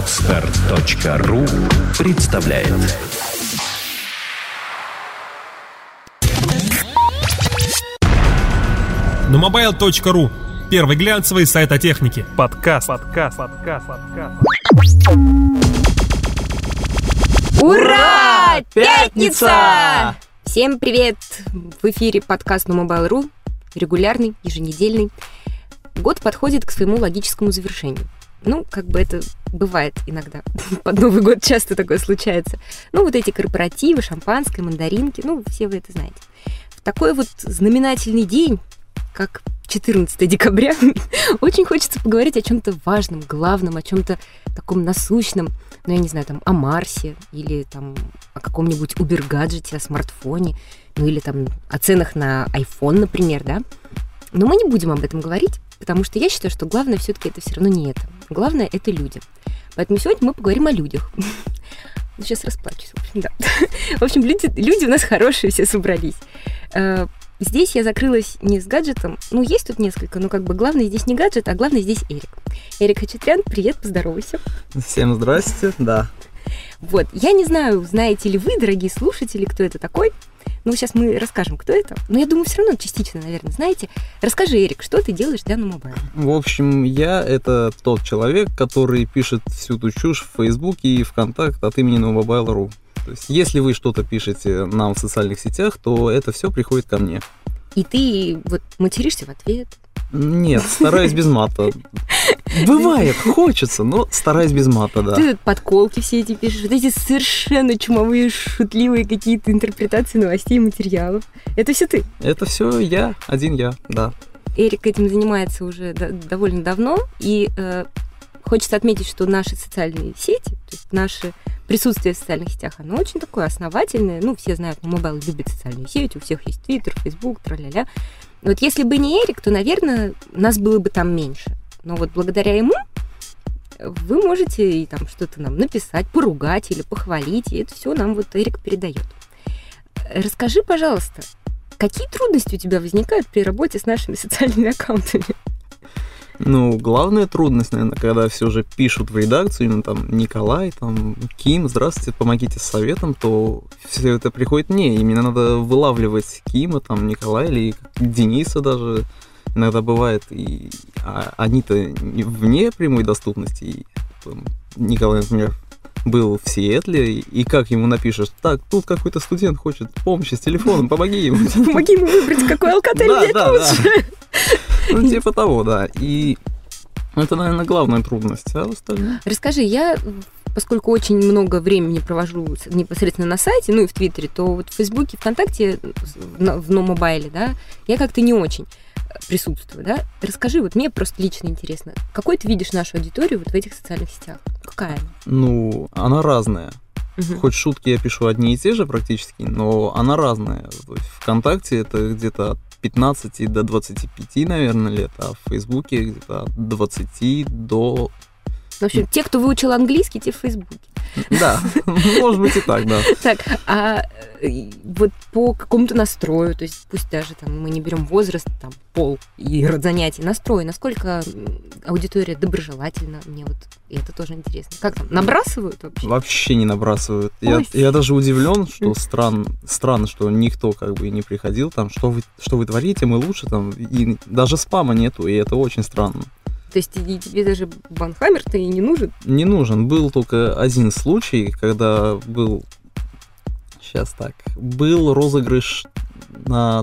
Podster.ru представляет. Numobile.ru. Первый глянцевый сайт о технике. Подкаст. Ура! Пятница! Всем привет! В эфире подкаст Numobile.ru. Регулярный, еженедельный. Год подходит к своему логическому завершению. Ну, как бы это бывает иногда. Под Новый год часто такое случается. Ну, вот эти корпоративы, шампанское, мандаринки. Ну, все вы это знаете. В такой вот знаменательный день, как 14 декабря, очень хочется поговорить о чем-то важном, главном, о чем-то таком насущном. Ну, я не знаю, там, о Марсе или там о каком-нибудь Uber-гаджете, о смартфоне, ну, или там о ценах на iPhone, например, да. Но мы не будем об этом говорить, потому что я считаю, что главное все-таки это все равно не это. Главное — это люди. Поэтому сегодня мы поговорим о людях. Ну, сейчас расплачусь, в общем, да. В общем, люди у нас хорошие все собрались. Здесь я закрылась не с гаджетом. Ну, есть тут несколько, но как бы главное здесь не гаджет, а главное здесь Эрик. Эрик Хачатрян, привет, поздоровайся. Всем здрасте, да. Вот, я не знаю, знаете ли вы, дорогие слушатели, кто это такой. Ну, сейчас мы расскажем, кто это. Но я думаю, все равно частично, наверное, знаете. Расскажи, Эрик, что ты делаешь для Numobile? В общем, это тот человек, который пишет всю ту чушь в Фейсбуке и ВКонтакте от имени Numobile.ru. То есть, если вы что-то пишете нам в социальных сетях, то это все приходит ко мне. И ты вот материшься в ответ? Нет, стараюсь без мата. Бывает, хочется, но стараюсь без мата, да. Ты подколки все эти пишешь, вот эти совершенно чумовые, шутливые какие-то интерпретации новостей и материалов. Это все ты? Это все я, да. Эрик этим занимается уже довольно давно, и хочется отметить, что наши социальные сети, то есть наше присутствие в социальных сетях, оно очень такое основательное. Ну, все знают, Numobile любит социальные сети, у всех есть Twitter, Facebook, тра-ля-ля. Вот если бы не Эрик, то, наверное, нас было бы там меньше. Но вот благодаря ему вы можете и там что-то нам написать, поругать или похвалить, и это все нам вот Эрик передает. Расскажи, пожалуйста, какие трудности у тебя возникают при работе с нашими социальными аккаунтами? Ну, главная трудность, наверное, когда все же пишут в редакцию, именно там Николай, там Ким, здравствуйте, помогите с советом, то все это приходит мне. Именно надо вылавливать Кима, там Николая или Дениса даже иногда бывает. И они-то вне прямой доступности. И, Николай, например, был в Сиэтле, и как ему напишешь: так, тут какой-то студент хочет помощи с телефоном, помоги ему. Помоги ему выбрать, какой алкотель взять лучше. Ну, типа того, да. И это, наверное, главная трудность, а остальное... Расскажи, я, поскольку очень много времени провожу непосредственно на сайте, ну и в Твиттере, то вот в Фейсбуке, ВКонтакте, в Numobile, да, я как-то не очень присутствую, да. Расскажи, вот мне просто лично интересно, какой ты видишь нашу аудиторию вот в этих социальных сетях? Какая она? Ну, она разная. Хоть шутки я пишу одни и те же практически, но она разная. ВКонтакте это где-то от 15 до 25, наверное, лет, а в Фейсбуке где-то от 20 до... В общем, те, кто выучил английский, те в Фейсбуке. Да, может быть и так, да. Так, а вот по какому-то настрою, то есть пусть даже там мы не берем возраст, там, пол и род занятий, настрой, насколько аудитория доброжелательна, мне вот это тоже интересно. Как там, набрасывают вообще? Вообще не набрасывают. Я даже удивлен, что странно, что никто как бы не приходил, там, что вы творите, мы лучше, там, и даже спама нету, и это очень странно. То есть тебе даже банхаммер-то и не нужен? Не нужен. Был только один случай, когда был розыгрыш на...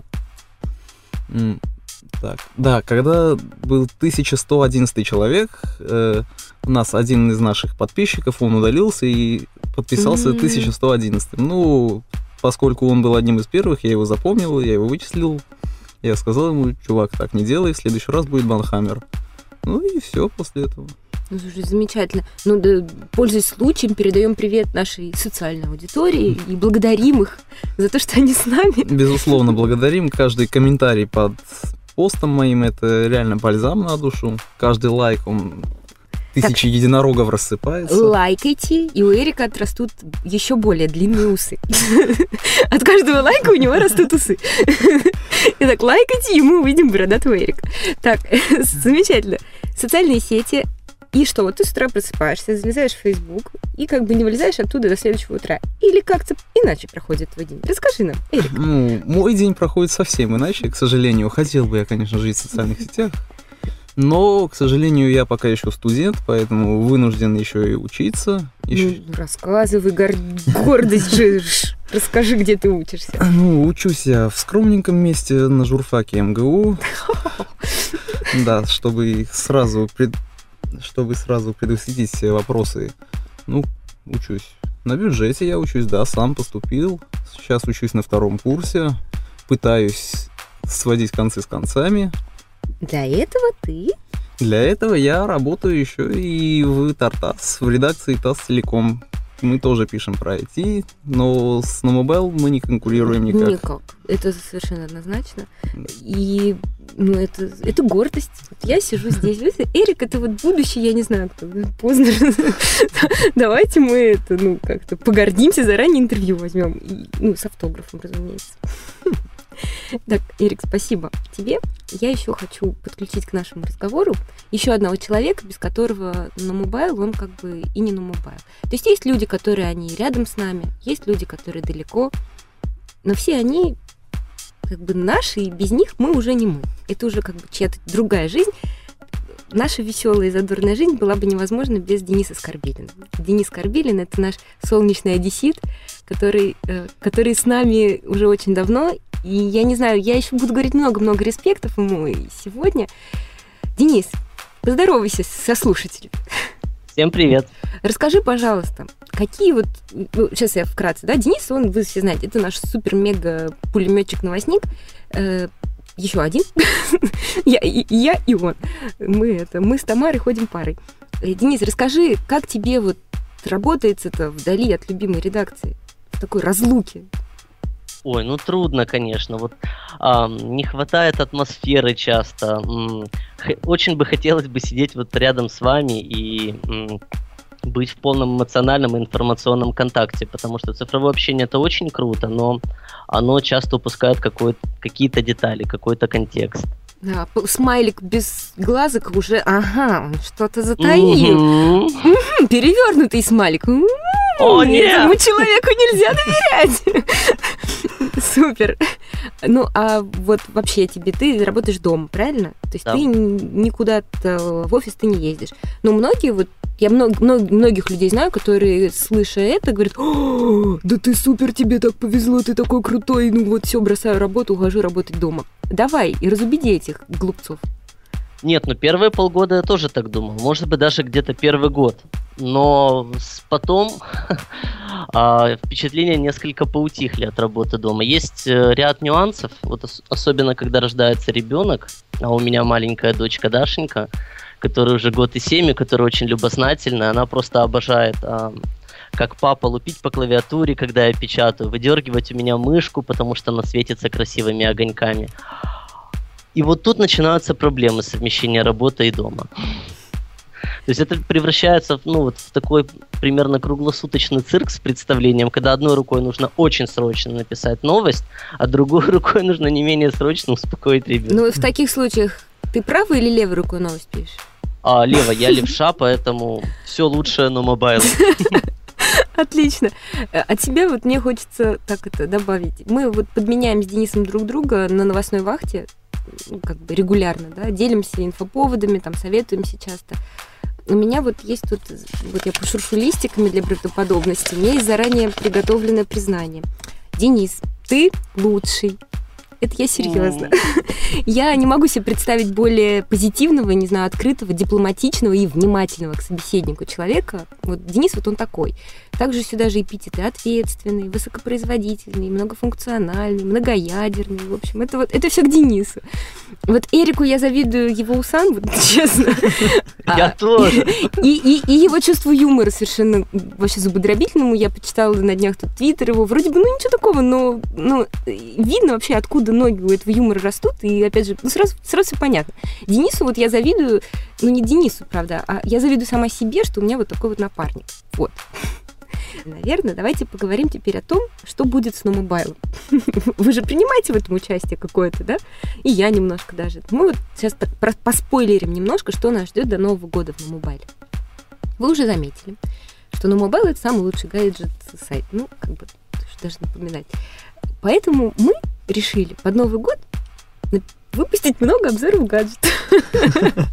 когда был 1111 человек, у нас один из наших подписчиков, он удалился и подписался 1111. Ну, поскольку он был одним из первых, я его запомнил, я его вычислил. Я сказал ему: чувак, так не делай, в следующий раз будет банхаммер. Ну и все после этого. Ну, слушай, замечательно. Ну, да, пользуясь случаем, передаем привет нашей социальной аудитории и благодарим их за то, что они с нами. Безусловно, благодарим. Каждый комментарий под постом моим — это реально бальзам на душу. Каждый лайк, он тысячи единорогов рассыпается. Лайкайте, и у Эрика отрастут еще более длинные усы. От каждого лайка у него растут усы. Итак, лайкайте, и мы увидим бородатого Эрика. Так, замечательно. Социальные сети И что, вот ты с утра просыпаешься, залезаешь в Facebook и как бы не вылезаешь оттуда до следующего утра. Или как-то иначе проходит твой день? Расскажи нам, Эрик. Ну, мой день проходит совсем иначе, к сожалению. Хотел бы я, конечно, жить в социальных сетях, но, к сожалению, я пока еще студент, поэтому вынужден еще и учиться. Ну, рассказывай, гордость же. Расскажи, где ты учишься. Ну, учусь я в скромненьком месте на журфаке МГУ. Да, чтобы сразу предусмотреть все вопросы. Ну, учусь. На бюджете я учусь, да, сам поступил. Сейчас учусь на 2-м курсе. Пытаюсь сводить концы с концами. Для этого я работаю еще и в Тартас, в редакции ТАСС Телеком. Мы тоже пишем про IT, но с NoMobile мы не конкурируем никак. Никак. Это совершенно однозначно. И это гордость. Вот я сижу здесь. Эрик, это вот будущее, я не знаю, кто. Поздно. Давайте мы как-то погордимся, заранее интервью возьмем. С автографом, разумеется. Так, Эрик, спасибо тебе. Я еще хочу подключить к нашему разговору еще одного человека, без которого NoMobile, он как бы и не NoMobile. То есть люди, которые они рядом с нами, есть люди, которые далеко, но все они как бы наши, и без них мы уже не мы. Это уже как бы чья-то другая жизнь. Наша веселая и задорная жизнь была бы невозможна без Дениса Скорбилина. Денис Скорбилин — это наш солнечный одессит, который с нами уже очень давно. И я не знаю, я еще буду говорить много-много респектов ему и сегодня. Денис, поздоровайся со слушателями. Всем привет. Расскажи, пожалуйста, какие сейчас я вкратце, да, Денис, вы все знаете, это наш супер-мега-пулеметчик-новостник, еще один, я и он. Мы с Тамарой ходим парой. Денис, расскажи, как тебе работается-то вдали от любимой редакции, в такой разлуке? Ой, трудно, конечно. Не хватает атмосферы часто. Очень бы хотелось бы сидеть рядом с вами и быть в полном эмоциональном и информационном контакте, потому что цифровое общение — это очень круто, но оно часто упускает какие-то детали, какой-то контекст. Да, смайлик без глазок уже, он что-то затаил. Перевернутый смайлик. О, нет! Этому человеку нельзя доверять. Супер. А вообще ты работаешь дома, правильно? То есть ты никуда-то в офис ты не ездишь. Но я многих людей знаю, которые, слыша это, говорят: да ты супер, тебе так повезло, ты такой крутой, все, бросаю работу, ухожу работать дома. Давай, и разубеди этих глупцов. Нет, первые полгода я тоже так думал. Может быть, даже где-то первый год. Но потом впечатления несколько поутихли от работы дома. Есть ряд нюансов, особенно когда рождается ребенок, а у меня маленькая дочка Дашенька, которой уже 1 год и 7, и которая очень любознательная, она просто обожает, как папа, лупить по клавиатуре, когда я печатаю, выдергивать у меня мышку, потому что она светится красивыми огоньками. И тут начинаются проблемы совмещения работы и дома. То есть это превращается в такой примерно круглосуточный цирк с представлением, когда одной рукой нужно очень срочно написать новость, а другой рукой нужно не менее срочно успокоить ребенка. В таких случаях ты правой или левой рукой новость пишешь? Левой, я левша, поэтому все лучшее NoMobile. Отлично. От себя мне хочется добавить. Мы подменяем с Денисом друг друга на новостной вахте, регулярно, да, делимся инфоповодами, советуемся часто. У меня есть я пошуршу листиками для правдоподобности, у меня есть заранее приготовленное признание. Денис, ты лучший. Это я серьезно. Я не могу себе представить более позитивного, не знаю, открытого, дипломатичного и внимательного к собеседнику человека. Денис, он такой. Также сюда же эпитеты: ответственный, высокопроизводительный, многофункциональный, многоядерный. В общем, это все к Денису. Эрику я завидую его усам, честно. Я тоже. И его чувству юмора совершенно вообще зубодробительному. Я почитала на днях твиттер его. Вроде бы, ничего такого, но видно вообще, откуда ноги у этого юмора растут. И опять же, сразу все понятно. Денису я завидую, не Денису, правда, а я завидую сама себе, что у меня такой напарник. Наверное, давайте поговорим теперь о том, что будет с NoMobile. Вы же принимаете в этом участие какое-то, да? И я немножко даже. Мы сейчас поспойлерим немножко, что нас ждет до Нового года в NoMobile. Вы уже заметили, что No Mobile — это самый лучший гаджет-сайт. Ну, как бы, даже напоминать. Поэтому мы решили под Новый год выпустить много обзоров гаджетов.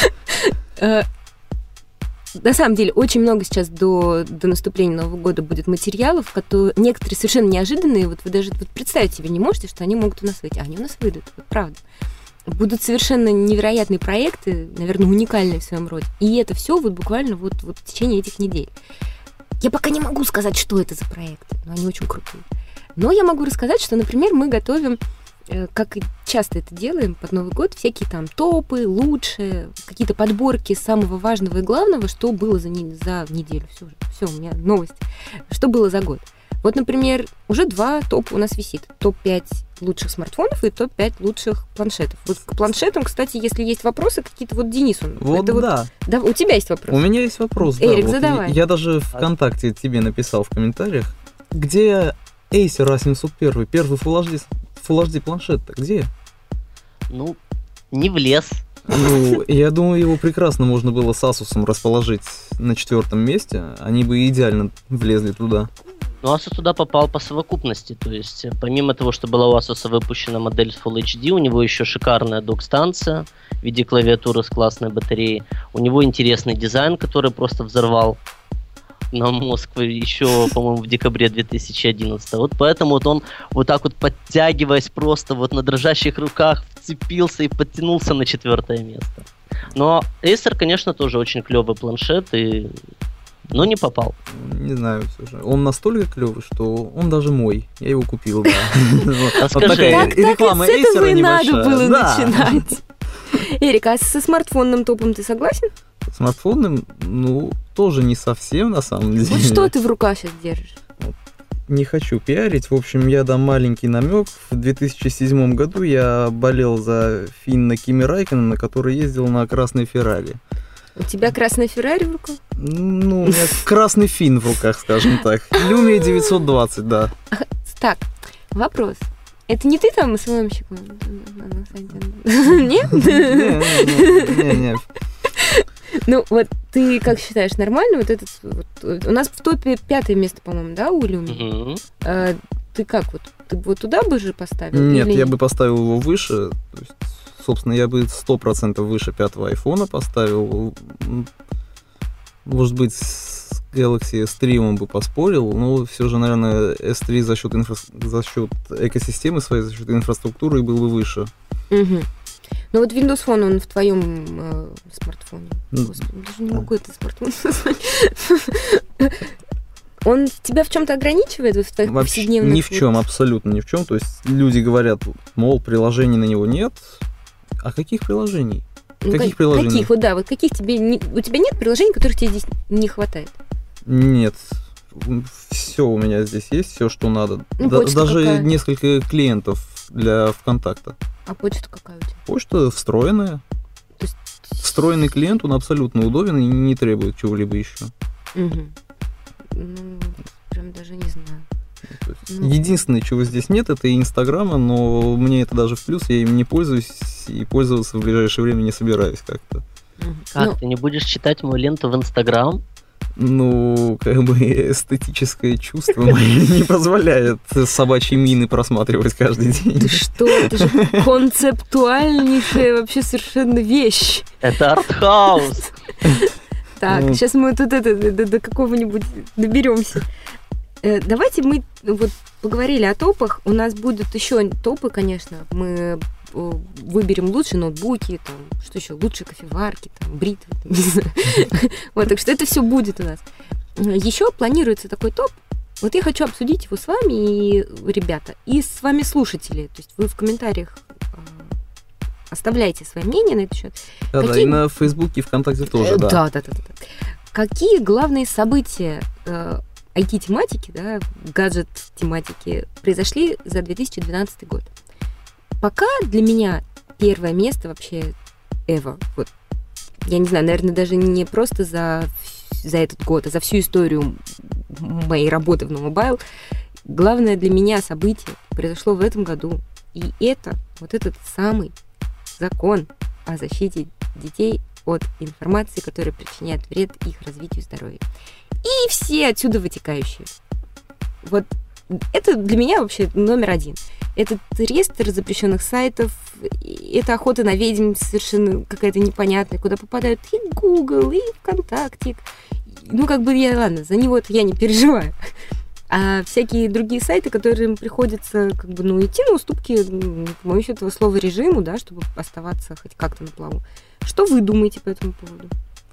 На самом деле, очень много сейчас до наступления Нового года будет материалов, которые некоторые совершенно неожиданные. Вот вы даже представить себе не можете, что они могут у нас выйти. А они у нас выйдут, вот правда. Будут совершенно невероятные проекты, наверное, уникальные в своем роде. И это все вот буквально вот в течение этих недель. Я пока не могу сказать, что это за проекты, но они очень крутые. Но я могу рассказать, что, например, мы готовим, как и часто это делаем под Новый год, всякие там топы, лучшие, какие-то подборки самого важного и главного, что было за неделю. Все, у меня новость. Что было за год. Вот, например, уже 2 топа у нас висит. Топ-5 лучших смартфонов и топ-5 лучших планшетов. Вот к планшетам, кстати, если есть вопросы какие-то, вот Денис, да, у тебя есть вопрос? У меня есть вопрос, Эрик, да. задавай. Я даже ВКонтакте тебе написал в комментариях, где Acer A701, первый Full HD планшет-то, где? Ну, не влез. Ну, я думаю, его прекрасно можно было с Asus'ом расположить на 4-м месте. Они бы идеально влезли туда. Ну, Asus туда попал по совокупности. То есть, помимо того, что была у Asus выпущена модель с Full HD, у него еще шикарная док-станция в виде клавиатуры с классной батареей. У него интересный дизайн, который просто взорвал на мозг еще, по-моему, в декабре 2011. Вот поэтому вот он вот так вот подтягиваясь просто вот на дрожащих руках вцепился и подтянулся на 4-е место. Но Acer, конечно, тоже очень клевый планшет, но не попал. Не знаю, все же. Он настолько клевый, что он даже мой. Я его купил, да. Так реклама Acer с этого и надо было начинать. Эрик, а со смартфонным топом ты согласен? Смартфонным, ну, тоже не совсем, на самом деле. Вот что ты в руках сейчас держишь? Не хочу пиарить. В общем, я дам маленький намек. В 2007 году я болел за Финна Кими Райкконена, который ездил на красной Феррари. У тебя красная Феррари в руках? Ну, у меня красный Фин в руках, скажем так. Lumia 920, да. Так, вопрос. Это не ты там СММщик? Нет? Не. Ну, вот ты как считаешь, нормально вот этот... У нас в топе 5-е место, по-моему, да, у Lumia? Ты как вот? Ты вот туда бы же поставил? Нет, я бы поставил его выше. То есть, собственно, я бы 100% выше 5-го айфона поставил. Может быть, с Galaxy S3 он бы поспорил, но все же, наверное, S3 за счет экосистемы своей, за счет инфраструктуры был бы выше. Ну вот Windows Phone, он в твоем смартфоне. Господи, даже не могу это смартфон назвать. Он тебя в чем-то ограничивает в твоих повседневных... Ни в чем, абсолютно ни в чем. То есть люди говорят, мол, приложений на него нет. А каких приложений? Каких приложений? Каких? Вот да, вот каких тебе... У тебя нет приложений, которых тебе здесь не хватает? Нет. Все у меня здесь есть, все, что надо. Даже какая? Несколько клиентов для ВКонтакта. А почта какая у тебя? Почта встроенная. То есть... Встроенный клиент, он абсолютно удобен и не требует чего-либо еще. Ну, прям даже не знаю. Единственное, чего здесь нет, это Инстаграма, но мне это даже в плюс, я им не пользуюсь и пользоваться в ближайшее время не собираюсь как-то. Как, ты не будешь читать мою ленту в Инстаграм? Ну, как бы эстетическое чувство мое не позволяет собачьи мины просматривать каждый день. Ты что? Это же концептуальнейшая вообще совершенно вещь. Это артхаус. Так, сейчас мы тут до какого-нибудь доберемся. Давайте мы вот поговорили о топах. У нас будут еще топы, конечно. Мы выберем лучшие ноутбуки, там, что еще, лучшие кофеварки, там, бритвы, там, не знаю. Вот, так что это все будет у нас. Еще планируется такой топ. Вот я хочу обсудить его с вами, и, ребята, и с вами слушатели. То есть вы в комментариях оставляйте свои мнения на этот счет. Да, и на Фейсбуке и ВКонтакте тоже, да. Да. Какие главные события IT-тематики, да, гаджет-тематики произошли за 2012 год? Пока для меня первое место вообще ever. Вот. Я не знаю, наверное, даже не просто за этот год, а за всю историю моей работы в No Mobile. Главное для меня событие произошло в этом году. И это вот этот самый закон о защите детей от информации, которая причиняет вред их развитию и здоровью. И все отсюда вытекающие. Вот это для меня вообще номер один. Этот реестр запрещенных сайтов, это охота на ведьм совершенно какая-то непонятная, куда попадают и Google, и ВКонтакте. Ну, как бы ладно, за него-то я не переживаю. А всякие другие сайты, которым приходится как бы, идти на уступки, по моему счету, этого слова режиму, да, чтобы оставаться хоть как-то на плаву. Что вы думаете по этому поводу?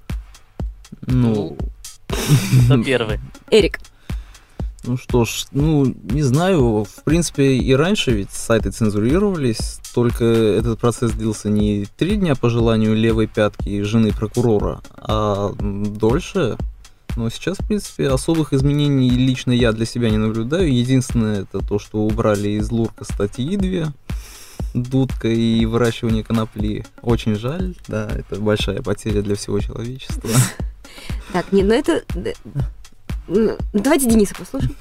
Кто первый? Эрик. Ну что ж, не знаю, в принципе, и раньше ведь сайты цензурировались, только этот процесс длился не 3 дня по желанию левой пятки жены прокурора, а дольше. Но сейчас, в принципе, особых изменений лично я для себя не наблюдаю. Единственное, это то, что убрали из Лурка статьи 2, дудка и выращивание конопли. Очень жаль, да, это большая потеря для всего человечества. Так, это... Давайте Дениса послушаем.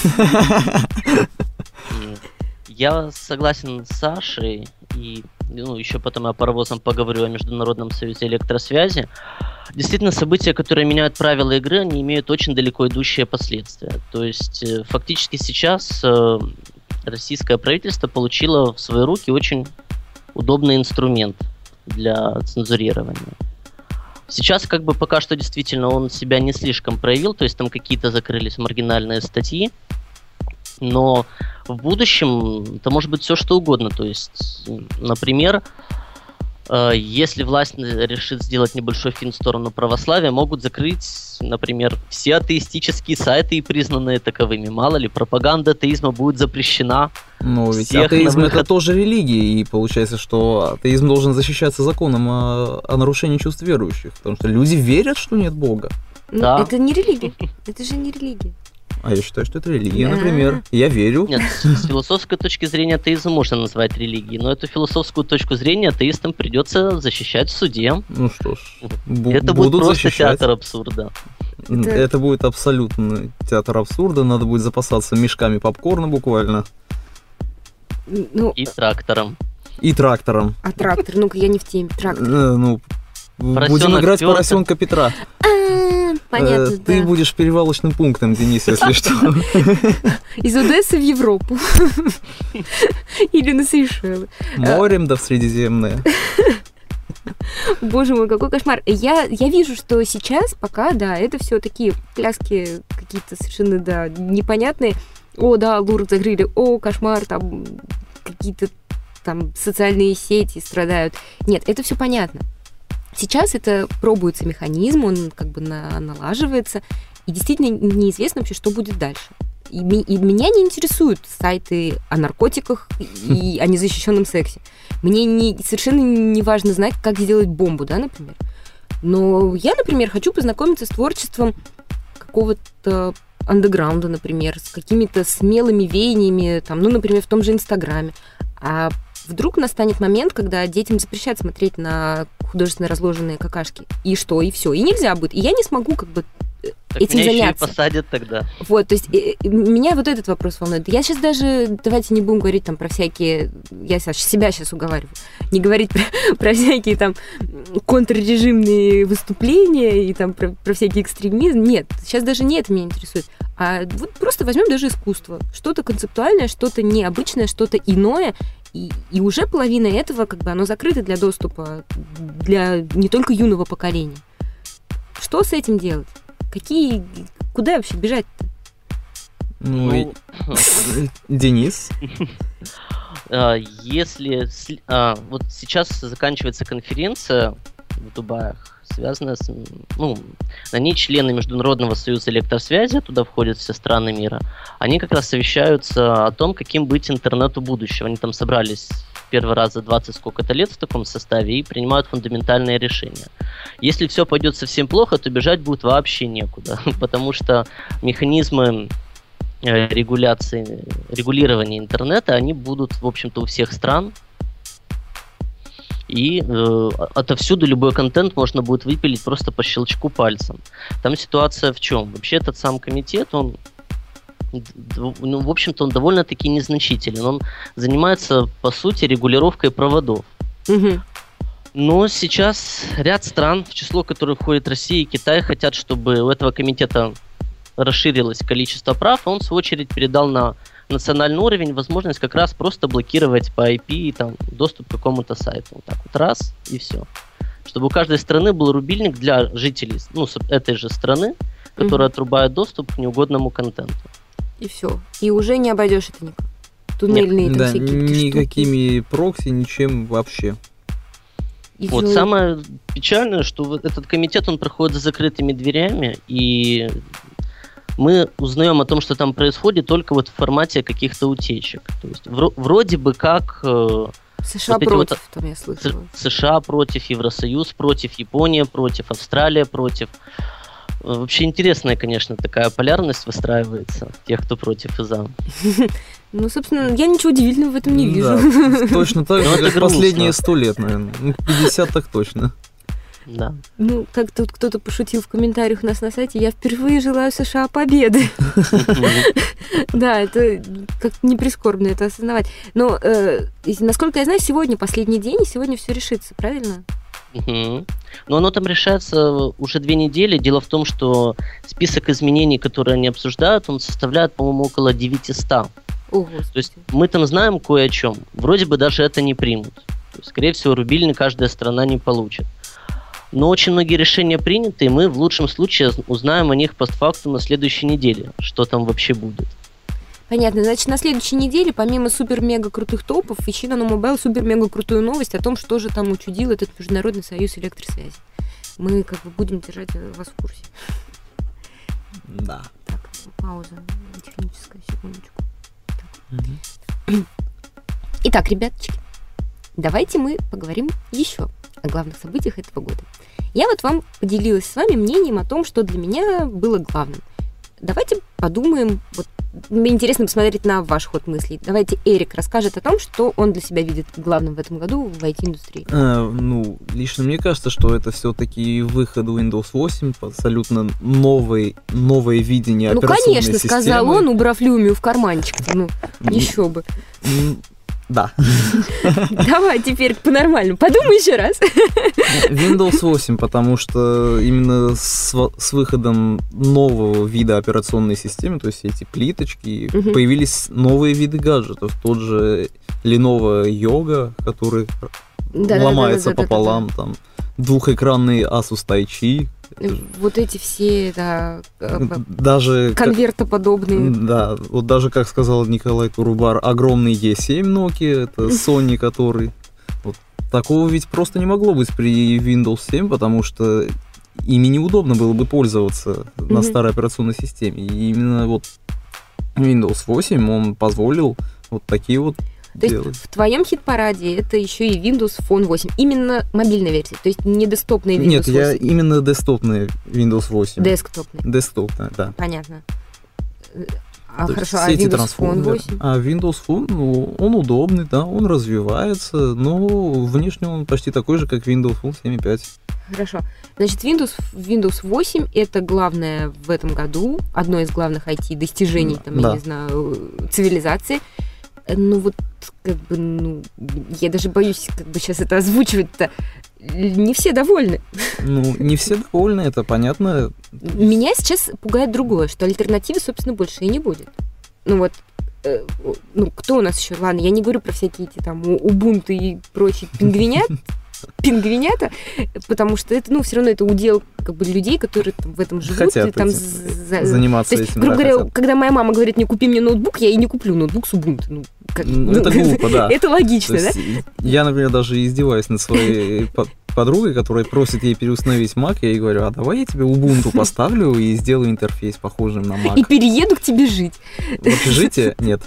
Я согласен с Сашей, и еще потом я паровозом поговорю о Международном союзе электросвязи. Действительно, события, которые меняют правила игры, они имеют очень далеко идущие последствия. То есть, фактически сейчас российское правительство получило в свои руки очень удобный инструмент для цензурирования. Сейчас пока что действительно он себя не слишком проявил, то есть там какие-то закрылись маргинальные статьи, но в будущем это может быть все что угодно. То есть, например, если власть решит сделать небольшой финт в сторону православия, могут закрыть, например, все атеистические сайты и признанные таковыми. Мало ли, пропаганда атеизма будет запрещена. Но ведь атеизм это тоже религия, и получается, что атеизм должен защищаться законом о нарушении чувств верующих, потому что люди верят, что нет Бога. Да. Это не религия, это же не религия. А я считаю, что это религия, например. Я верю. Нет, с философской точки зрения атеизм можно назвать религией, но эту философскую точку зрения атеистам придется защищать в суде. Ну что ж, это будет просто защищать. Театр абсурда. Это будет абсолютно театр абсурда, надо будет запасаться мешками попкорна буквально. И трактором. И трактором. А трактор? Ну-ка, я не в теме. Трактор. Будем играть в поросенка Петра. Понятно, Ты будешь перевалочным пунктом, Денис, если что. Из Одессы в Европу. Или на Сейшелы. Морем да в Средиземное. Боже мой, какой кошмар. Я вижу, что сейчас пока, да, это все такие пляски какие-то совершенно, да, непонятные. О, да, Лурк закрыли, о, кошмар, там какие-то там социальные сети страдают. Нет, это все понятно. Сейчас это пробуется механизм, он как бы налаживается, и действительно неизвестно вообще, что будет дальше. И меня не интересуют сайты о наркотиках и о незащищенном сексе. Мне совершенно не важно знать, как сделать бомбу, да, например. Но я, например, хочу познакомиться с творчеством какого-то андеграунда, например, с какими-то смелыми веяниями, там, например, в том же Инстаграме. А вдруг настанет момент, когда детям запрещают смотреть на художественно разложенные какашки. И что? И все. И нельзя будет. И я не смогу как бы так этим меня заняться. Еще и посадят тогда. Вот, то есть меня вот этот вопрос волнует. Я сейчас даже, давайте не будем говорить там про всякие, я себя сейчас уговариваю, не говорить про всякие там контррежимные выступления и там про всякий экстремизм. Нет, сейчас даже не это меня интересует. А вот просто возьмем даже искусство. Что-то концептуальное, что-то необычное, что-то иное. И уже половина этого, как бы, оно закрыто для доступа для не только юного поколения. Что с этим делать? Куда вообще бежать-то? Денис? Если... Вот сейчас заканчивается конференция в Дубаях, связанная с... на ней члены Международного союза электросвязи, туда входят все страны мира, они как раз совещаются о том, каким быть интернету будущего. Они там собрались первый раз за 20 сколько-то лет в таком составе и принимают фундаментальные решения. Если все пойдет совсем плохо, то бежать будет вообще некуда, потому что механизмы регулирования интернета, они будут, в общем-то, у всех стран, и отовсюду любой контент можно будет выпилить просто по щелчку пальцем. Там ситуация в чем? Вообще этот сам комитет, он, в общем-то, он довольно-таки незначителен. Он занимается, по сути, регулировкой проводов. Но сейчас ряд стран, в число которых входит Россия и Китай, хотят, чтобы у этого комитета расширилось количество прав, а он, в свою очередь, передал на национальный уровень возможность как раз просто блокировать по IP там, доступ к какому-то сайту. Вот так вот раз, и все. Чтобы у каждой страны был рубильник для жителей этой же страны, которые отрубают доступ к неугодному контенту. И все. И уже не обойдешь это никак. Туннельные там всякие никакими прокси, ничем вообще. Вот самое печальное, что вот этот комитет, он проходит за закрытыми дверями, и мы узнаем о том, что там происходит, только вот в формате каких-то утечек. То есть вроде бы как... США вот против, там я слышала. США против, Евросоюз против, Япония против, Австралия против. Вообще интересная, конечно, такая полярность выстраивается тех, кто против и за. Ну, собственно, я ничего удивительного в этом не вижу. Да, точно так же, как последние 100 лет, наверное. 50 так точно. Да. Ну, как тут кто-то пошутил в комментариях у нас на сайте, я впервые желаю США победы. Да, это как-то не прискорбно это осознавать. Но, насколько я знаю, сегодня последний день, и сегодня все решится, правильно? Но оно там решается уже 2 недели. Дело в том, что список изменений, которые они обсуждают, он составляет, по-моему, около 900. Ого. То есть мы там знаем кое о чем. Вроде бы даже это не примут. То есть, скорее всего, рубильник каждая страна не получит. Но очень многие решения приняты, и мы в лучшем случае узнаем о них постфактум на следующей неделе, что там вообще будет. Понятно. Значит, на следующей неделе, помимо супер-мега крутых топов, ищи на NoMobile супер-мега крутую новость о том, что же там учудил этот Международный союз электросвязи. Мы как бы будем держать вас в курсе. Да. Так, пауза техническая, секундочку. Итак, ребяточки, давайте мы поговорим еще о главных событиях этого года. Я вот вам поделилась с вами мнением о том, что для меня было главным. Давайте подумаем, вот мне интересно посмотреть на ваш ход мыслей. Давайте Эрик расскажет о том, что он для себя видит главным в этом году в IT-индустрии. Лично мне кажется, что это все-таки выход Windows 8, абсолютно новое видение операционной системы. Ну, конечно, сказал он, убрав Lumia в карманчик. Еще бы. Да. Давай теперь по-нормальному. Подумай еще раз. Windows 8, потому что именно с выходом нового вида операционной системы, то есть эти плиточки, появились новые виды гаджетов. Тот же Lenovo Yoga, который ломается пополам, там, двухэкранный Asus Tai-Chi. Вот эти все, да, даже конвертоподобные. Да, вот даже, как сказал Николай Турубар, огромный E7 Nokia, это Sony, который... Вот, такого ведь просто не могло быть при Windows 7, потому что ими неудобно было бы пользоваться на старой операционной системе. И именно вот Windows 8, он позволил вот такие вот То есть в твоем хит-параде это еще и Windows Phone 8. Именно мобильная версия, то есть не десктопная Windows 8. Нет, я именно десктопная Windows 8. Десктопная. Десктопная, да. Понятно. То хорошо, а Windows Phone 8? А Windows Phone, он удобный, да, он развивается, но внешне он почти такой же, как Windows Phone 7.5. Хорошо. Значит, Windows 8 это главное в этом году, одно из главных IT-достижений, там, я не знаю, цивилизации. Ну вот, как бы, я даже боюсь, как бы сейчас это озвучивать-то. Не все довольны. Не все довольны, это понятно. Меня сейчас пугает другое, что альтернативы, собственно, больше и не будет. Кто у нас еще? Ладно, я не говорю про всякие эти там Ubuntu и прочие пингвинята, потому что это, все равно это удел как бы людей, которые там в этом живут. Хотят и там заниматься этим. этим. Грубо говоря, когда моя мама говорит, не купи мне ноутбук, я и не куплю ноутбук с Ubuntu. Это глупо, да. Это логично, да? Я, например, даже издеваюсь над своей подругой, которая просит ей переустановить Mac, я ей говорю, а давай я тебе Ubuntu поставлю и сделаю интерфейс похожим на Mac. И перееду к тебе жить. В общежитие? Нет.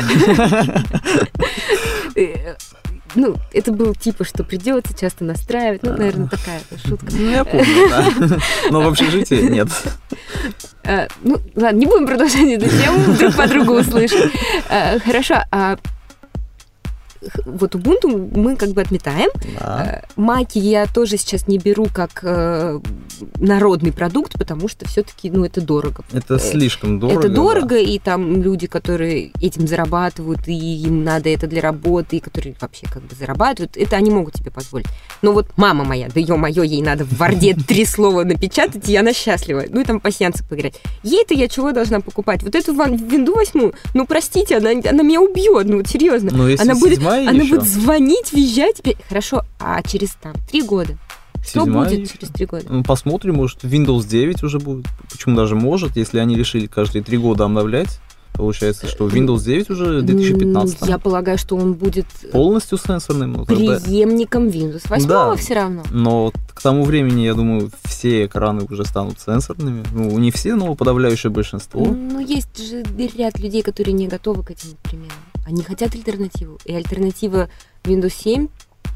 Это было типа, что придется часто настраивать. Наверное, такая шутка. Я помню, да. Но в общежитии нет. Ладно, не будем продолжать эту тему, вдруг подруга услышит. Хорошо, вот Ubuntu мы как бы отметаем. Да. Маки я тоже сейчас не беру как народный продукт, потому что все-таки, это дорого. Это слишком дорого. Это дорого, и там люди, которые этим зарабатывают, и им надо это для работы, и которые вообще как бы зарабатывают, это они могут себе позволить. Но вот мама моя, да ё-моё, ей надо в Варде 3 слова напечатать, и она счастлива. И там пасьянсы поиграть. Ей-то я чего должна покупать? Вот эту Windows 8, простите, она меня убьет, вот серьезно. Но если она будет звонить, визжать. Хорошо, а через 3 года? Что будет через 3 года? Посмотрим, может, Windows 9 уже будет. Почему даже может, если они решили каждые 3 года обновлять. Получается, что Windows 9 уже 2015. Я полагаю, что он будет полностью сенсорным. Преемником Windows 8 да, все равно. Но к тому времени, я думаю, все экраны уже станут сенсорными. Не все, но подавляющее большинство. Есть же ряд людей, которые не готовы к этим переменам. Они хотят альтернативу. И альтернатива Windows 7,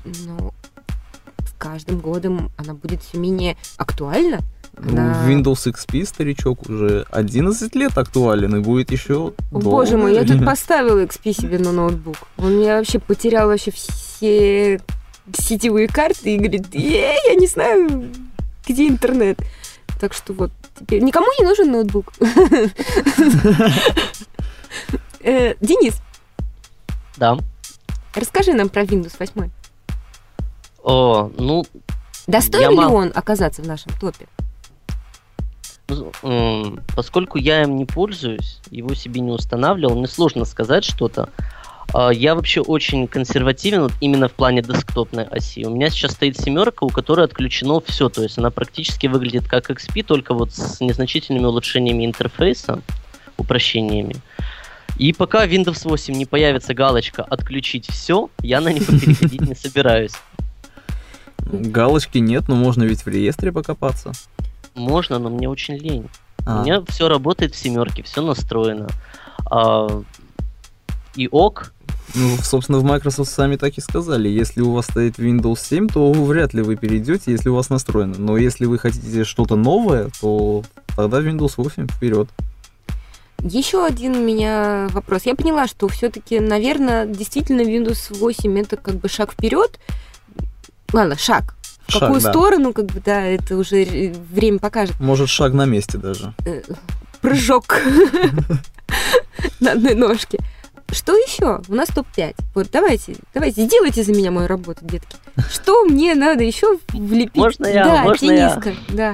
с каждым годом она будет все менее актуальна. Windows XP, старичок, уже 11 лет актуален и будет еще долго. Боже мой, я тут поставила XP себе на ноутбук. Он меня вообще потерял все сетевые карты и говорит, я не знаю, где интернет. Так что вот, теперь никому не нужен ноутбук. Денис. Да. Расскажи нам про Windows 8. Достоин ли он оказаться в нашем топе? Поскольку я им не пользуюсь, его себе не устанавливал, мне сложно сказать что-то. Я вообще очень консервативен именно в плане десктопной оси. У меня сейчас стоит 7, у которой отключено все, то есть она практически выглядит как XP, только вот с незначительными улучшениями интерфейса, упрощениями. И пока Windows 8 не появится галочка «Отключить все», я на него переходить не собираюсь. Галочки нет, но можно ведь в реестре покопаться. Можно, но мне очень лень. У меня все работает в 7, все настроено. И ок. Собственно, в Microsoft сами так и сказали. Если у вас стоит Windows 7, то вряд ли вы перейдете, если у вас настроено. Но если вы хотите что-то новое, то тогда Windows 8 вперед. Еще один у меня вопрос. Я поняла, что все-таки, наверное, действительно Windows 8 это как бы шаг вперед. Ладно, шаг. В какую сторону, это уже время покажет. Может, шаг на месте даже. Прыжок на одной ножке. Что еще? У нас топ-5. Вот давайте, делайте за меня мою работу, детки. Что мне надо еще влепить? Можно я? Дениска, да.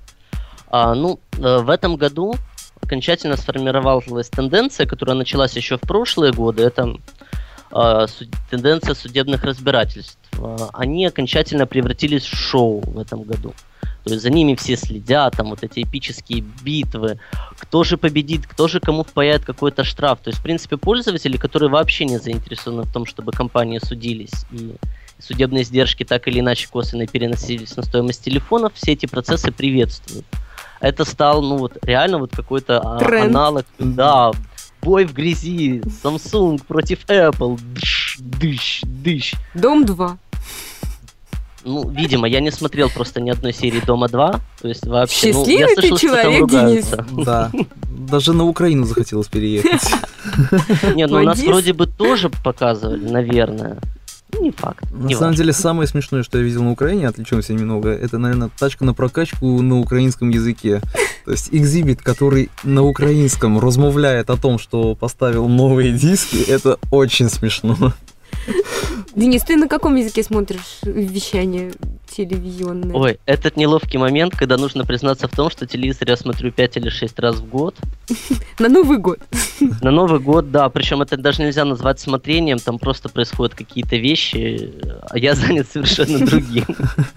В этом году окончательно сформировалась тенденция, которая началась еще в прошлые годы. Это тенденция судебных разбирательств. Они окончательно превратились в шоу в этом году. То есть за ними все следят, там вот эти эпические битвы, кто же победит, кто же кому впаяет какой-то штраф. То есть, в принципе, пользователи, которые вообще не заинтересованы в том, чтобы компании судились, и судебные издержки так или иначе косвенно переносились на стоимость телефонов, все эти процессы приветствуют. Это стал, реально какой-то аналог, да, бой в грязи, Samsung против Apple, дыщ. Дом 2. Видимо, я не смотрел просто ни одной серии Дома 2, то есть вообще... Счастливый я слышал, ты человек, Денис. Да, даже на Украину захотелось переехать. Нет, у нас вроде бы тоже показывали, наверное. Не факт. На самом деле, самое смешное, что я видел на Украине, отвлечемся немного, это, наверное, тачка на прокачку на украинском языке. То есть экзибит, который на украинском размовляет о том, что поставил новые диски, это очень смешно. Денис, ты на каком языке смотришь вещание телевизионное? Ой, этот неловкий момент, когда нужно признаться в том, что телевизор я смотрю 5 или 6 раз в год. На Новый год. На Новый год, да. Причем это даже нельзя назвать смотрением, там просто происходят какие-то вещи, а я занят совершенно другим.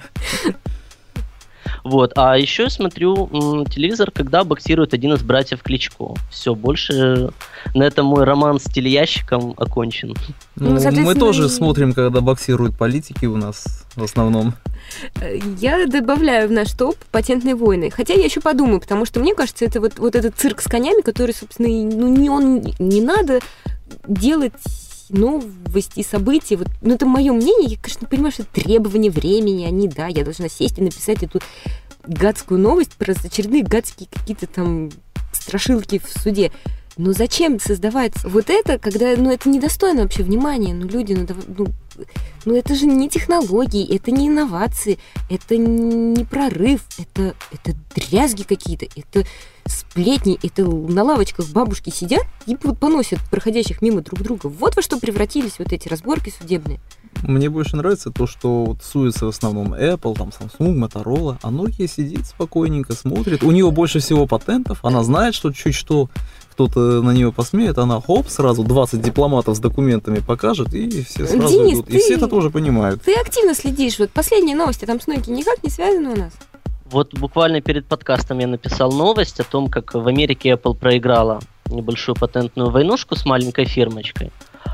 Вот. А еще я смотрю телевизор, когда боксирует один из братьев Кличко. Все, больше на этом мой роман с телеящиком окончен. Мы тоже смотрим, когда боксируют политики у нас в основном. Я добавляю в наш топ «Патентные войны». Хотя я еще подумаю, потому что мне кажется, это вот этот цирк с конями, который, собственно, не надо делать... ввести события. Это мое мнение. Я, конечно, понимаю, что это требования времени. Я должна сесть и написать эту гадскую новость про очередные гадские какие-то там страшилки в суде. Ну зачем создавать вот это, когда, это недостойно вообще внимания, люди, это же не технологии, это не инновации, это не прорыв, это дрязги какие-то, это сплетни, это на лавочках бабушки сидят и вот поносят проходящих мимо друг друга. Вот во что превратились вот эти разборки судебные. Мне больше нравится то, что вот суется в основном Apple, там Samsung, Motorola, а Nokia сидит спокойненько, смотрит. У нее больше всего патентов, она знает, что чуть что кто-то на нее посмеет, она сразу 20 дипломатов с документами покажет, и все сразу Денис, идут. И все это тоже понимают. Ты активно следишь. Вот последние новости там с Nokia никак не связаны у нас. Вот буквально перед подкастом я написал новость о том, как в Америке Apple проиграла небольшую патентную войнушку с маленькой фирмочкой.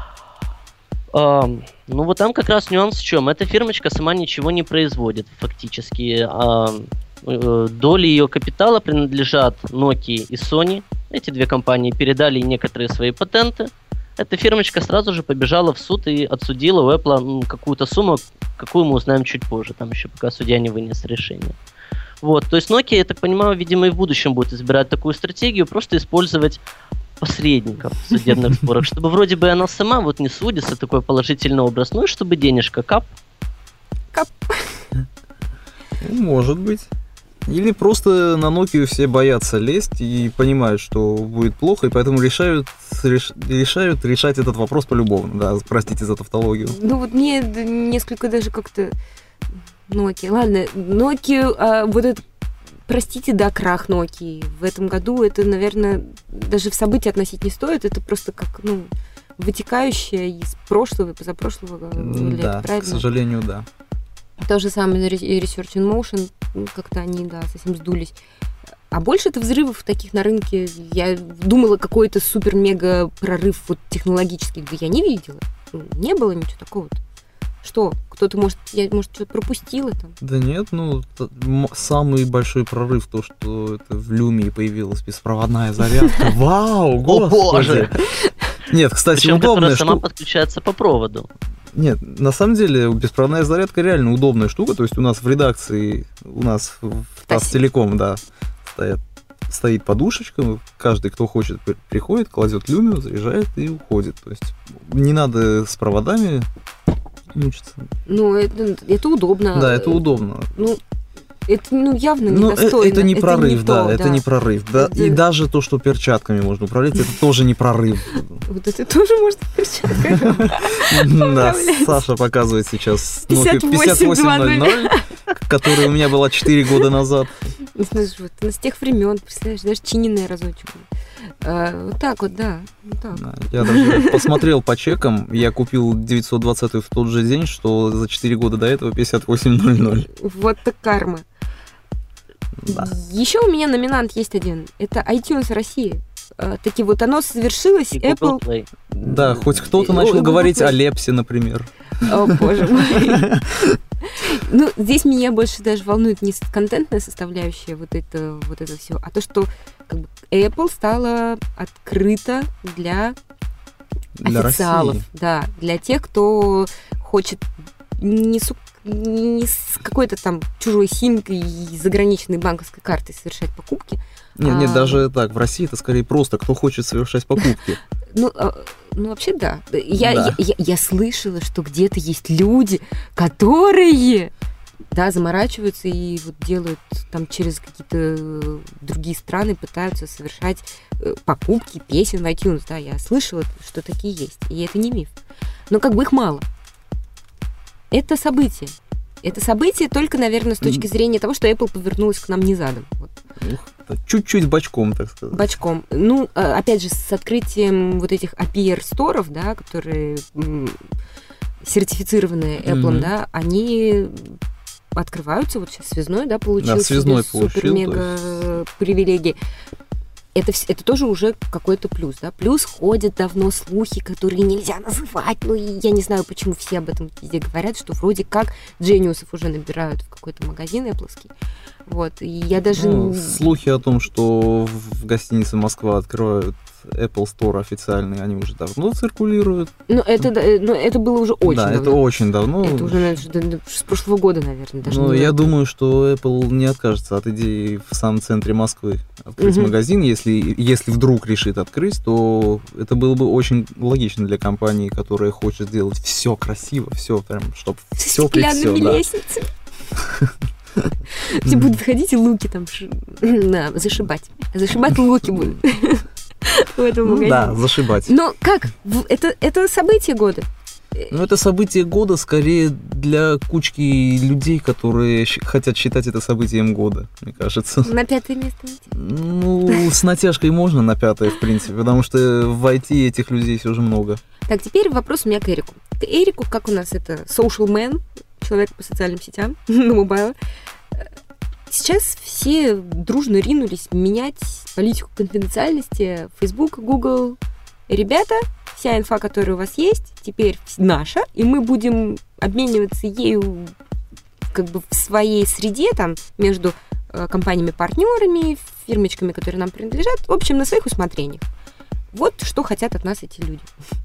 Вот там как раз нюанс в чем. Эта фирмочка сама ничего не производит фактически. Доли ее капитала принадлежат Nokia и Sony. Эти две компании передали некоторые свои патенты. Эта фирмочка сразу же побежала в суд и отсудила у Apple какую-то сумму, какую мы узнаем чуть позже, там еще пока судья не вынес решение. Вот, то есть Nokia, я так понимаю, видимо, и в будущем будет избирать такую стратегию, просто использовать посредников в судебных спорах, чтобы вроде бы она сама вот не судится, такой положительный образ, и чтобы денежка кап. Может быть. Или просто на Nokia все боятся лезть и понимают, что будет плохо, и поэтому решают решать этот вопрос по-любому. Да, простите за тавтологию. Мне несколько даже как-то Nokia. Ладно, Nokia, вот это, простите, да, крах Nokia. В этом году это, наверное, даже в события относить не стоит. Это просто как, вытекающее из прошлого и позапрошлого лет, да, правильно? К сожалению, да. То же самое Research in Motion, как-то они, совсем сдулись. А больше-то взрывов таких на рынке, я думала, какой-то супер-мега прорыв вот технологический, да я не видела. Не было ничего такого-то. Что? Кто-то, я что-то пропустила там? Да нет, самый большой прорыв то, что это в Lumia появилась беспроводная зарядка. Вау, о боже! Нет, кстати, причем, удобная которая сама подключается по проводу. Нет, на самом деле беспроводная зарядка реально удобная штука. То есть у нас в редакции, в Тасстелеком, стоит подушечка. Каждый, кто хочет, приходит, кладет Lumia, заряжает и уходит. То есть не надо с проводами мучиться. Это удобно. Да, это удобно. Это, явно недостойно. Это не прорыв, это не прорыв. Да. И даже то, что перчатками можно управлять, это тоже не прорыв. Вот это тоже можно перчатками. Да, Саша показывает сейчас Nokia 5800, которая у меня была 4 года назад. С тех времен, представляешь, даже чиненная разочек. Вот так вот, да. Я даже посмотрел по чекам, я купил 920 в тот же день, что за 4 года до этого 5800. Вот так карма. Да. Еще у меня номинант есть один. Это iTunes России. Таки вот оно совершилось. И Apple Play. Да, хоть кто-то начал говорить о Лепсе, например. О, боже мой. Здесь меня больше даже волнует не контентная составляющая, вот это все, а то, что Apple стала открыта для официалов. России. Да, для тех, кто хочет не с какой-то там чужой симкой и заграничной банковской картой совершать покупки. Нет, даже так, в России это скорее просто, кто хочет совершать покупки. Вообще, да. Я слышала, что где-то есть люди, которые, заморачиваются и вот делают там через какие-то другие страны, пытаются совершать покупки песен в iTunes. Да, я слышала, что такие есть. И это не миф. Но их мало. Это событие. Это событие только, наверное, с точки зрения того, что Apple повернулась к нам не задом. Вот. Чуть-чуть бочком, так сказать. Бочком. Опять же, с открытием вот этих APR-сторов, которые сертифицированные Apple, они открываются. Вот сейчас связной, получился. Да, связной супер-мега привилегии. Это тоже уже какой-то плюс, да. Плюс ходят давно слухи, которые нельзя называть. Я не знаю, почему все об этом везде говорят, что вроде как джениусов уже набирают в какой-то магазин Apple'ский. Вот, и я даже... Слухи о том, что в гостинице Москва открывают Apple Store официальный, они уже давно циркулируют. Это было уже очень давно. Да, это очень давно. Это уже, наверное, с прошлого года, наверное. Даже я думаю, что Apple не откажется от идеи в самом центре Москвы открыть магазин. Если вдруг решит открыть, то это было бы очень логично для компании, которая хочет сделать все красиво, все прям, чтобы все при все. Стеклянными лестницами. Все будут ходить и луки там зашибать. Зашибать луки будут в этом магазине. Да, зашибать. Но как? Это событие года? Это событие года скорее для кучки людей, которые хотят считать это событием года, мне кажется. На 5-е место? С натяжкой можно на 5-е, в принципе, потому что в IT этих людей все же много. Так, теперь вопрос у меня к Эрику. К Эрику, как у нас это social man, человек по социальным сетям, на мобайл. Сейчас все дружно ринулись менять политику конфиденциальности Facebook, Google. Ребята, вся инфа, которая у вас есть, теперь наша, и мы будем обмениваться ею как бы в своей среде, там, между компаниями-партнерами, фирмочками, которые нам принадлежат, в общем, на своих усмотрениях. Вот что хотят от нас эти люди.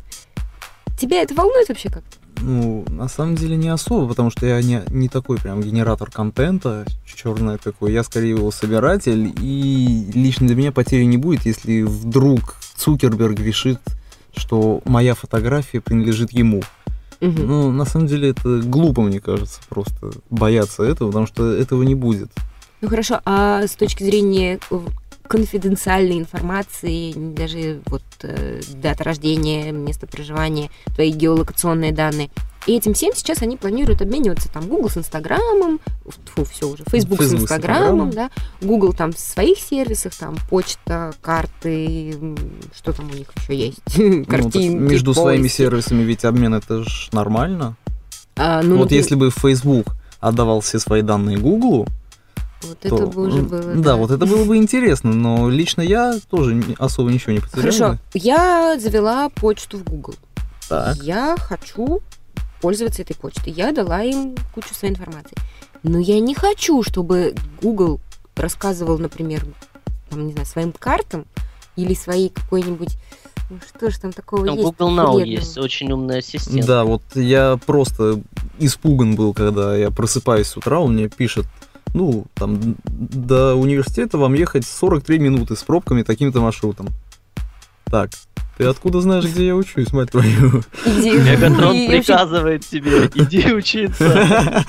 Тебя это волнует вообще как-то? На самом деле не особо, потому что я не такой прям генератор контента, черный такой, я скорее его собиратель, и лично для меня потери не будет, если вдруг Цукерберг решит, что моя фотография принадлежит ему. На самом деле это глупо, мне кажется, просто бояться этого, потому что этого не будет. Ну хорошо, а с точки зрения конфиденциальной информации, даже вот дата рождения, место проживания, твои геолокационные данные. И этим всем сейчас они планируют обмениваться там Google с Инстаграмом, Facebook с Инстаграмом, да, Google там в своих сервисах, там почта, карты, что там у них еще есть, картинки, между своими сервисами ведь обмен это ж нормально. Если бы Facebook отдавал все свои данные Google, это бы уже было. Да, вот это было бы интересно, но лично я тоже особо ничего не потерял. Хорошо, я завела почту в Google. Так. Я хочу пользоваться этой почтой. Я дала им кучу своей информации. Но я не хочу, чтобы Google рассказывал, например, там, не знаю, своим картам или своей какой-нибудь... что же там такого там есть? Google Now есть очень умный ассистент. Да, вот я просто испуган был, когда я просыпаюсь с утра, он мне пишет: там до университета вам ехать 43 минуты с пробками таким-то маршрутом. Так, ты откуда знаешь, где я учусь, мать твою? Мегатрон приказывает тебе, иди учиться.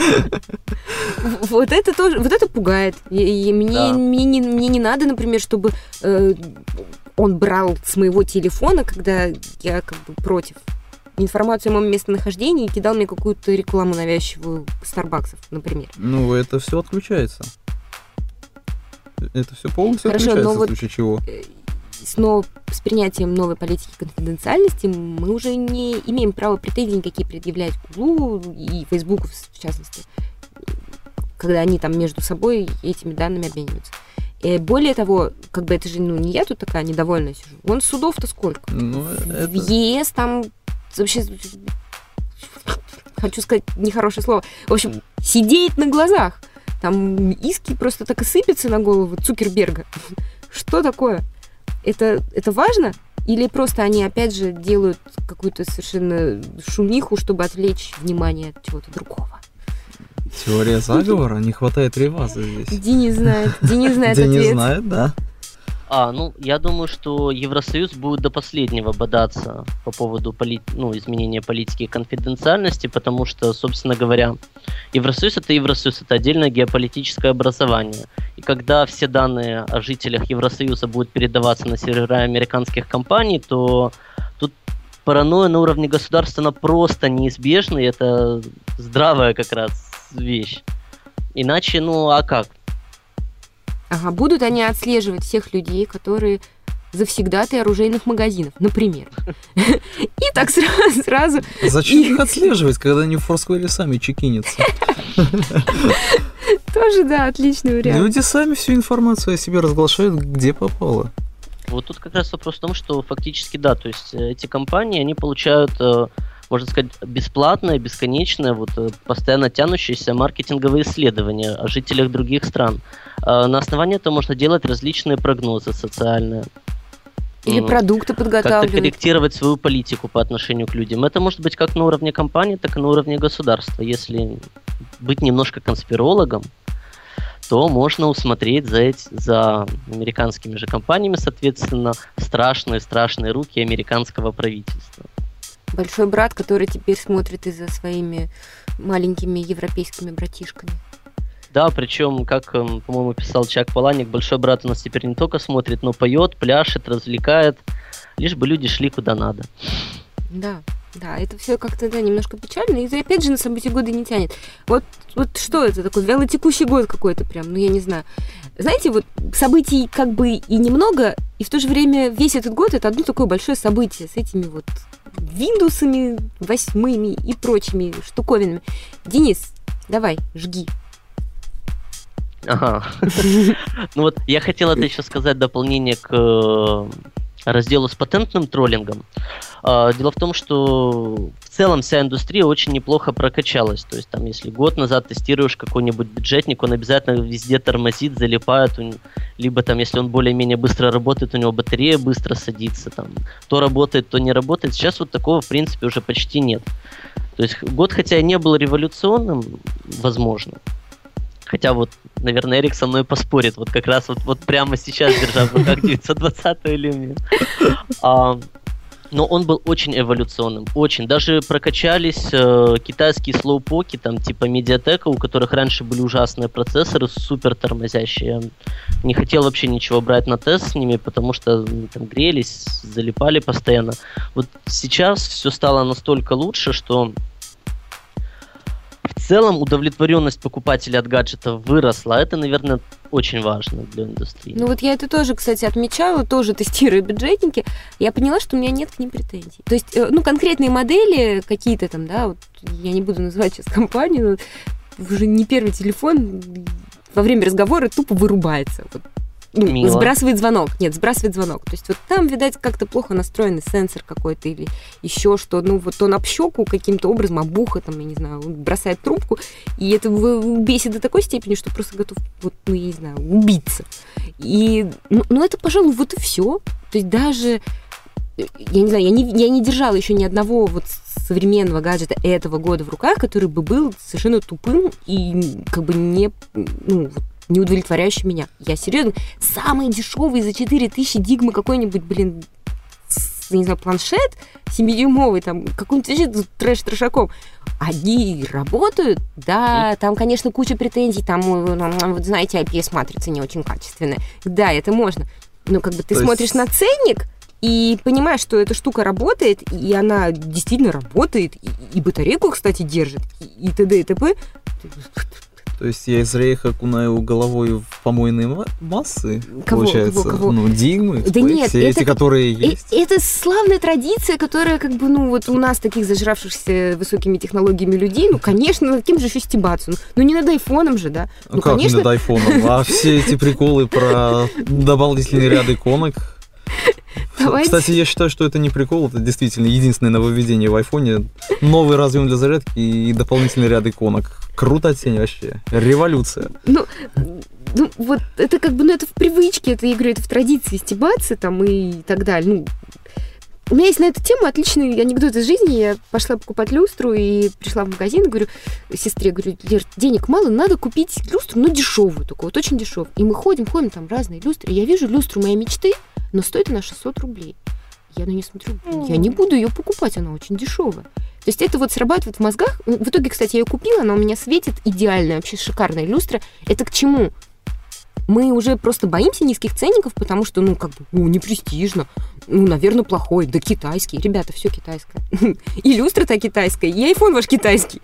Вот это тоже, вот это пугает. Мне не надо, например, чтобы он брал с моего телефона, когда я как бы против, информацию о моем местонахождении и кидал мне какую-то рекламу навязчивую Старбаксов, например. Это все отключается. Это все полностью отключается, в случае чего. Снова с принятием новой политики конфиденциальности мы уже не имеем права претензий никакие предъявлять Гуглу и Фейсбуку, в частности, когда они там между собой этими данными обмениваются. И более того, как бы это же, не я тут такая недовольная сижу. Вон судов-то сколько. В ЕС там вообще, хочу сказать нехорошее слово, в общем, сидеть на глазах. Там иски просто так и сыпятся на голову Цукерберга. Что такое? Это важно? Или просто они, опять же, делают какую-то совершенно шумиху, чтобы отвлечь внимание от чего-то другого? Теория заговора? Не хватает реваза здесь. Денис знает ответ. Денис знает, да. Я думаю, что Евросоюз будет до последнего бодаться по поводу изменения политики конфиденциальности, потому что, собственно говоря, Евросоюз, это отдельное геополитическое образование. И когда все данные о жителях Евросоюза будут передаваться на сервера американских компаний, то тут паранойя на уровне государства, она просто неизбежна, и это здравая как раз вещь. Иначе, а как? Ага, будут они отслеживать всех людей, которые завсегдатые оружейных магазинов, например. И так сразу... Зачем их отслеживать, когда они в Форсквере сами чекинятся? Тоже, да, отличный вариант. Люди сами всю информацию о себе разглашают, где попало. Вот тут как раз вопрос в том, что фактически, да, то есть эти компании, они получают, можно сказать, бесплатное, бесконечное, постоянно тянущееся маркетинговые исследования о жителях других стран. На основании этого можно делать различные прогнозы социальные. Или продукты подготавливать. Как-то корректировать свою политику по отношению к людям. Это может быть как на уровне компании, так и на уровне государства. Если быть немножко конспирологом, то можно усмотреть за американскими же компаниями, соответственно, страшные руки американского правительства. Большой брат, который теперь смотрит и за своими маленькими европейскими братишками. Да, причем, как, по-моему, писал Чак Паланик, большой брат у нас теперь не только смотрит, но поет, пляшет, развлекает, лишь бы люди шли куда надо. Да, это все как-то, немножко печально, и опять же на события года не тянет. Вот что это такое, вялотекущий год какой-то прям, я не знаю. Знаете, вот событий как бы и немного, и в то же время весь этот год это одно такое большое событие с этими вот Windows 8 и прочими штуковинами. Денис, давай, жги. Ага. Ну вот, я хотел это еще сказать дополнение к разделу с патентным троллингом. Дело в том, что в целом вся индустрия очень неплохо прокачалась. То есть там, если год назад тестируешь какой-нибудь бюджетник, он обязательно везде тормозит, залипает, либо там, если он более-менее быстро работает, у него батарея быстро садится, там, то работает, то не работает. Сейчас вот такого, в принципе, уже почти нет. То есть год, хотя и не был революционным, возможно, хотя вот, наверное, Эрик со мной поспорит, вот как раз вот прямо сейчас, держа в руках 920-ю линию. Но он был очень эволюционным, очень. Даже прокачались китайские слоупоки, там типа Mediatek, у которых раньше были ужасные процессоры, супер тормозящие. Я не хотел вообще ничего брать на тест с ними, потому что там грелись, залипали постоянно. Вот сейчас все стало настолько лучше, что в целом удовлетворенность покупателя от гаджетов выросла. Это, наверное, очень важно для индустрии. Ну вот я это тоже, кстати, отмечала, тоже тестируя бюджетники. Я поняла, что у меня нет к ним претензий. То есть, конкретные модели какие-то там, вот я не буду называть сейчас компанию, но уже не первый телефон во время разговора тупо вырубается. Сбрасывает звонок. Нет, сбрасывает звонок. То есть вот там, видать, как-то плохо настроенный сенсор какой-то или еще что. Он об щеку каким-то образом, об ухо, там, я не знаю, бросает трубку. И это бесит до такой степени, что просто готов, я не знаю, убиться. И, это, пожалуй, вот и все. То есть даже, я не знаю, я не держала еще ни одного современного гаджета этого года в руках, который бы был совершенно тупым и как бы не удовлетворяющий меня. Я серьезно, самый дешевый за 4000 дигма какой-нибудь, не знаю, планшет 7-дюймовый, там, какой-нибудь вообще трэш-трэшаком. Они работают, да, там, конечно, куча претензий, там, вот знаете, IPS-матрица не очень качественная. Да, это можно. Но как бы ты смотришь на ценник и понимаешь, что эта штука работает, и она действительно работает, и батарейку, кстати, держит, и т.д. и т.п. То есть я из рейха окунаю головой в помойные массы, кого? Дигмы, да нет, все эти, которые есть. Это славная традиция, которая как бы, у нас таких зажравшихся высокими технологиями людей, конечно, над кем же еще стебаться? Не над айфоном же, да? Как конечно... не над айфоном? А все эти приколы про дополнительный ряд иконок... Давайте. Кстати, я считаю, что это не прикол, это действительно единственное нововведение в айфоне. Новый разъем для зарядки и дополнительный ряд иконок. Круто тень вообще. Революция. Вот это как бы, это в привычке, это, я говорю, это в традиции стебаться там и так далее. У меня есть на эту тему отличный анекдот из жизни. Я пошла покупать люстру и пришла в магазин, говорю сестре, Лер, денег мало, надо купить люстру, но дешевую, только вот очень дешевую. И мы ходим, там разные люстры. Я вижу люстру моей мечты, но стоит она 600 рублей. Я на нее смотрю, я не буду ее покупать, она очень дешевая. То есть это срабатывает в мозгах. В итоге, кстати, я ее купила, она у меня светит, идеальная, вообще шикарная люстра. Это к чему? Мы уже просто боимся низких ценников, потому что, не престижно. Наверное, плохой. Да китайский. Ребята, все китайское. И люстра-то китайская, и айфон ваш китайский.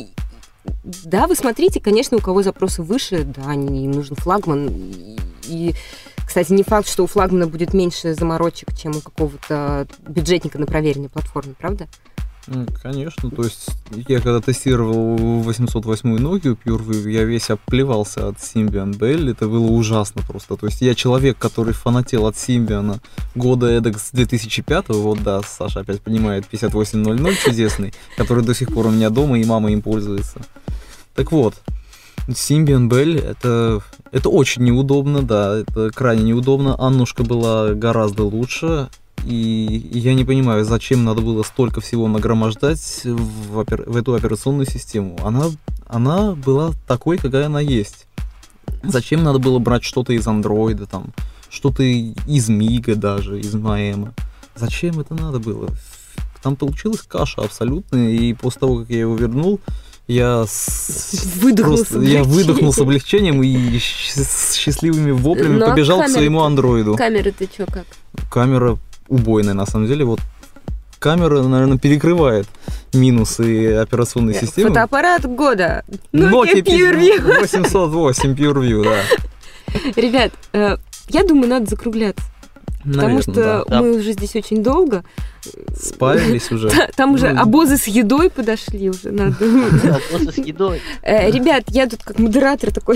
Да, вы смотрите, конечно, у кого запросы выше, да, им нужен флагман. И, кстати, не факт, что у флагмана будет меньше заморочек, чем у какого-то бюджетника на проверенной платформе, правда? Конечно, то есть я когда тестировал 808-ю Nokia первую, я весь обплевался от Symbian Bell, это было ужасно просто. То есть я человек, который фанател от Symbian года эдак с 2005-го, да, Саша опять понимает, 5800 чудесный, который до сих пор у меня дома, и мама им пользуется. Так вот, Symbian Bell это очень неудобно, да, это крайне неудобно. Аннушка была гораздо лучше, и я не понимаю, зачем надо было столько всего нагромождать в эту операционную систему. Она была такой, какая она есть. Зачем надо было брать что-то из андроида, там, что-то из Мига даже, из Маэма? Зачем это надо было? Там получилась каша абсолютная, и после того, как я его вернул, я выдохнул с облегчением и с счастливыми воплями побежал к своему андроиду. Камера ты чё, как? Камера убойная, на самом деле. Вот камера, наверное, перекрывает минусы операционной системы. Фотоаппарат года. Nokia PureView. 808 PureView, да. Ребят, я думаю, надо закругляться. Потому что мы уже здесь очень долго. Спарились уже. Там уже обозы с едой подошли уже. Обозы с едой. Ребят, я тут как модератор такой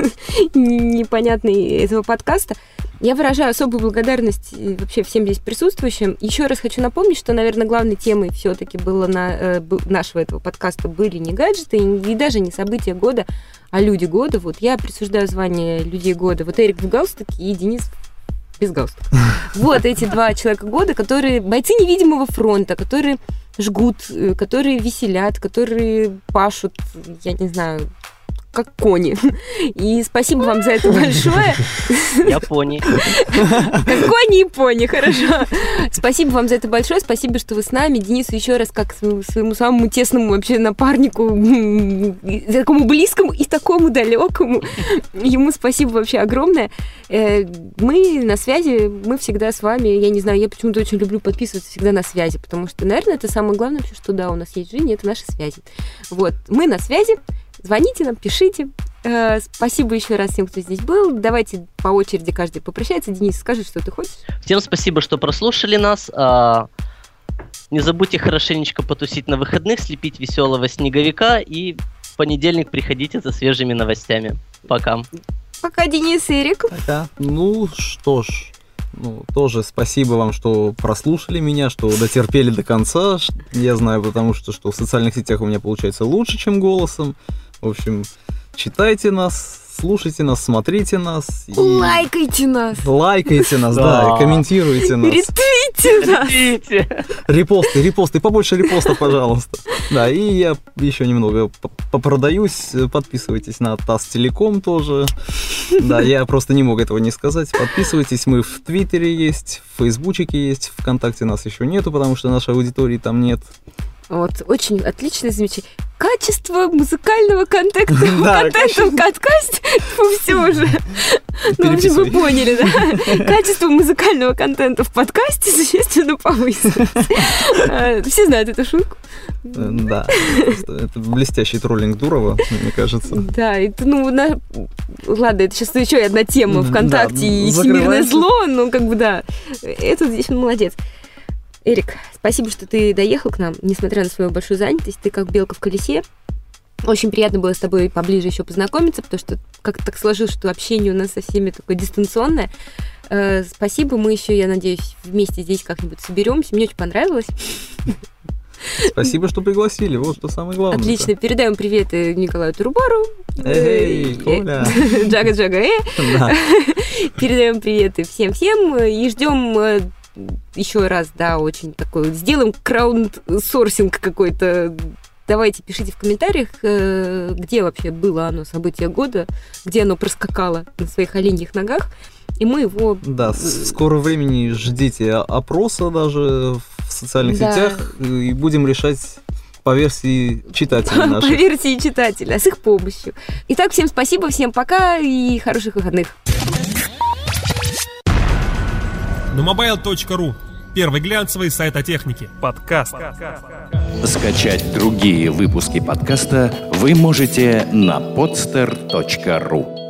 непонятный этого подкаста. Я выражаю особую благодарность вообще всем здесь присутствующим. Еще раз хочу напомнить, что, наверное, главной темой все-таки было нашего этого подкаста были не гаджеты и даже не события года, а люди года. Вот я присуждаю звание людей года. Вот Эрик в галстуке и Денис без галстука. Вот эти два человека года, которые бойцы невидимого фронта, которые жгут, которые веселят, которые пашут, я не знаю, как кони. И спасибо вам за это большое. Я пони. Как кони и пони, хорошо. Спасибо вам за это большое. Спасибо, что вы с нами. Денису еще раз, как своему самому тесному вообще напарнику, такому близкому и такому далекому. Ему спасибо вообще огромное. Мы на связи, мы всегда с вами. Я не знаю, я почему-то очень люблю подписываться всегда на связи, потому что, наверное, это самое главное вообще, что да, у нас есть в жизни, это наши связи. Вот, мы на связи. Звоните нам, пишите. Спасибо еще раз всем, кто здесь был. Давайте по очереди каждый попрощается. Денис, скажи, что ты хочешь. Всем спасибо, что прослушали нас. Не забудьте хорошенечко потусить на выходных, слепить веселого снеговика. И в понедельник приходите за свежими новостями. Пока. Пока, Денис и Эрик. Пока. Ну что ж, тоже спасибо вам, что прослушали меня, что дотерпели до конца. Я знаю, потому что в социальных сетях у меня получается лучше, чем голосом. В общем, читайте нас, слушайте нас, смотрите нас. И... Лайкайте нас. Лайкайте нас, да, и комментируйте нас. Ретвите нас. Репосты, побольше репостов, пожалуйста. Да, и я еще немного попродаюсь. Подписывайтесь на ТАСС Телеком тоже. Да, я просто не мог этого не сказать. Подписывайтесь, мы в Твиттере есть, в Фейсбучике есть, ВКонтакте нас еще нету, потому что нашей аудитории там нет. Вот, очень отличное замечание. Качество музыкального контента в подкасте. Все уже. Ну, в общем, вы поняли, да? Качество музыкального контента в подкасте существенно повысилось. Все знают эту шутку. Да. Это блестящий троллинг Дурова, мне кажется. Да, это, ладно, это сейчас еще одна тема ВКонтакте и всемирное зло, да. Это здесь он молодец. Эрик, спасибо, что ты доехал к нам, несмотря на свою большую занятость. Ты как белка в колесе. Очень приятно было с тобой поближе еще познакомиться, потому что как-то так сложилось, что общение у нас со всеми такое дистанционное. Спасибо, мы еще, я надеюсь, вместе здесь как-нибудь соберемся. Мне очень понравилось. Спасибо, что пригласили, вот что самое главное. Отлично, передаем привет Николаю Турубару. Эй, Коля. Джага-джага, Передаем приветы всем-всем и ждем... Еще раз, да, очень такой... Сделаем краундсорсинг какой-то. Давайте, пишите в комментариях, где вообще было оно, событие года, где оно проскакало на своих оленьих ногах, и мы его... Да, в скором времени ждите опроса даже в социальных сетях, и будем решать по версии читателей наших. По версии читателя, с их помощью. Итак, всем спасибо, всем пока и хороших выходных. Numobile.ru. Первый глянцевый сайт о технике. Подкаст. Скачать другие выпуски подкаста вы можете на podster.ru.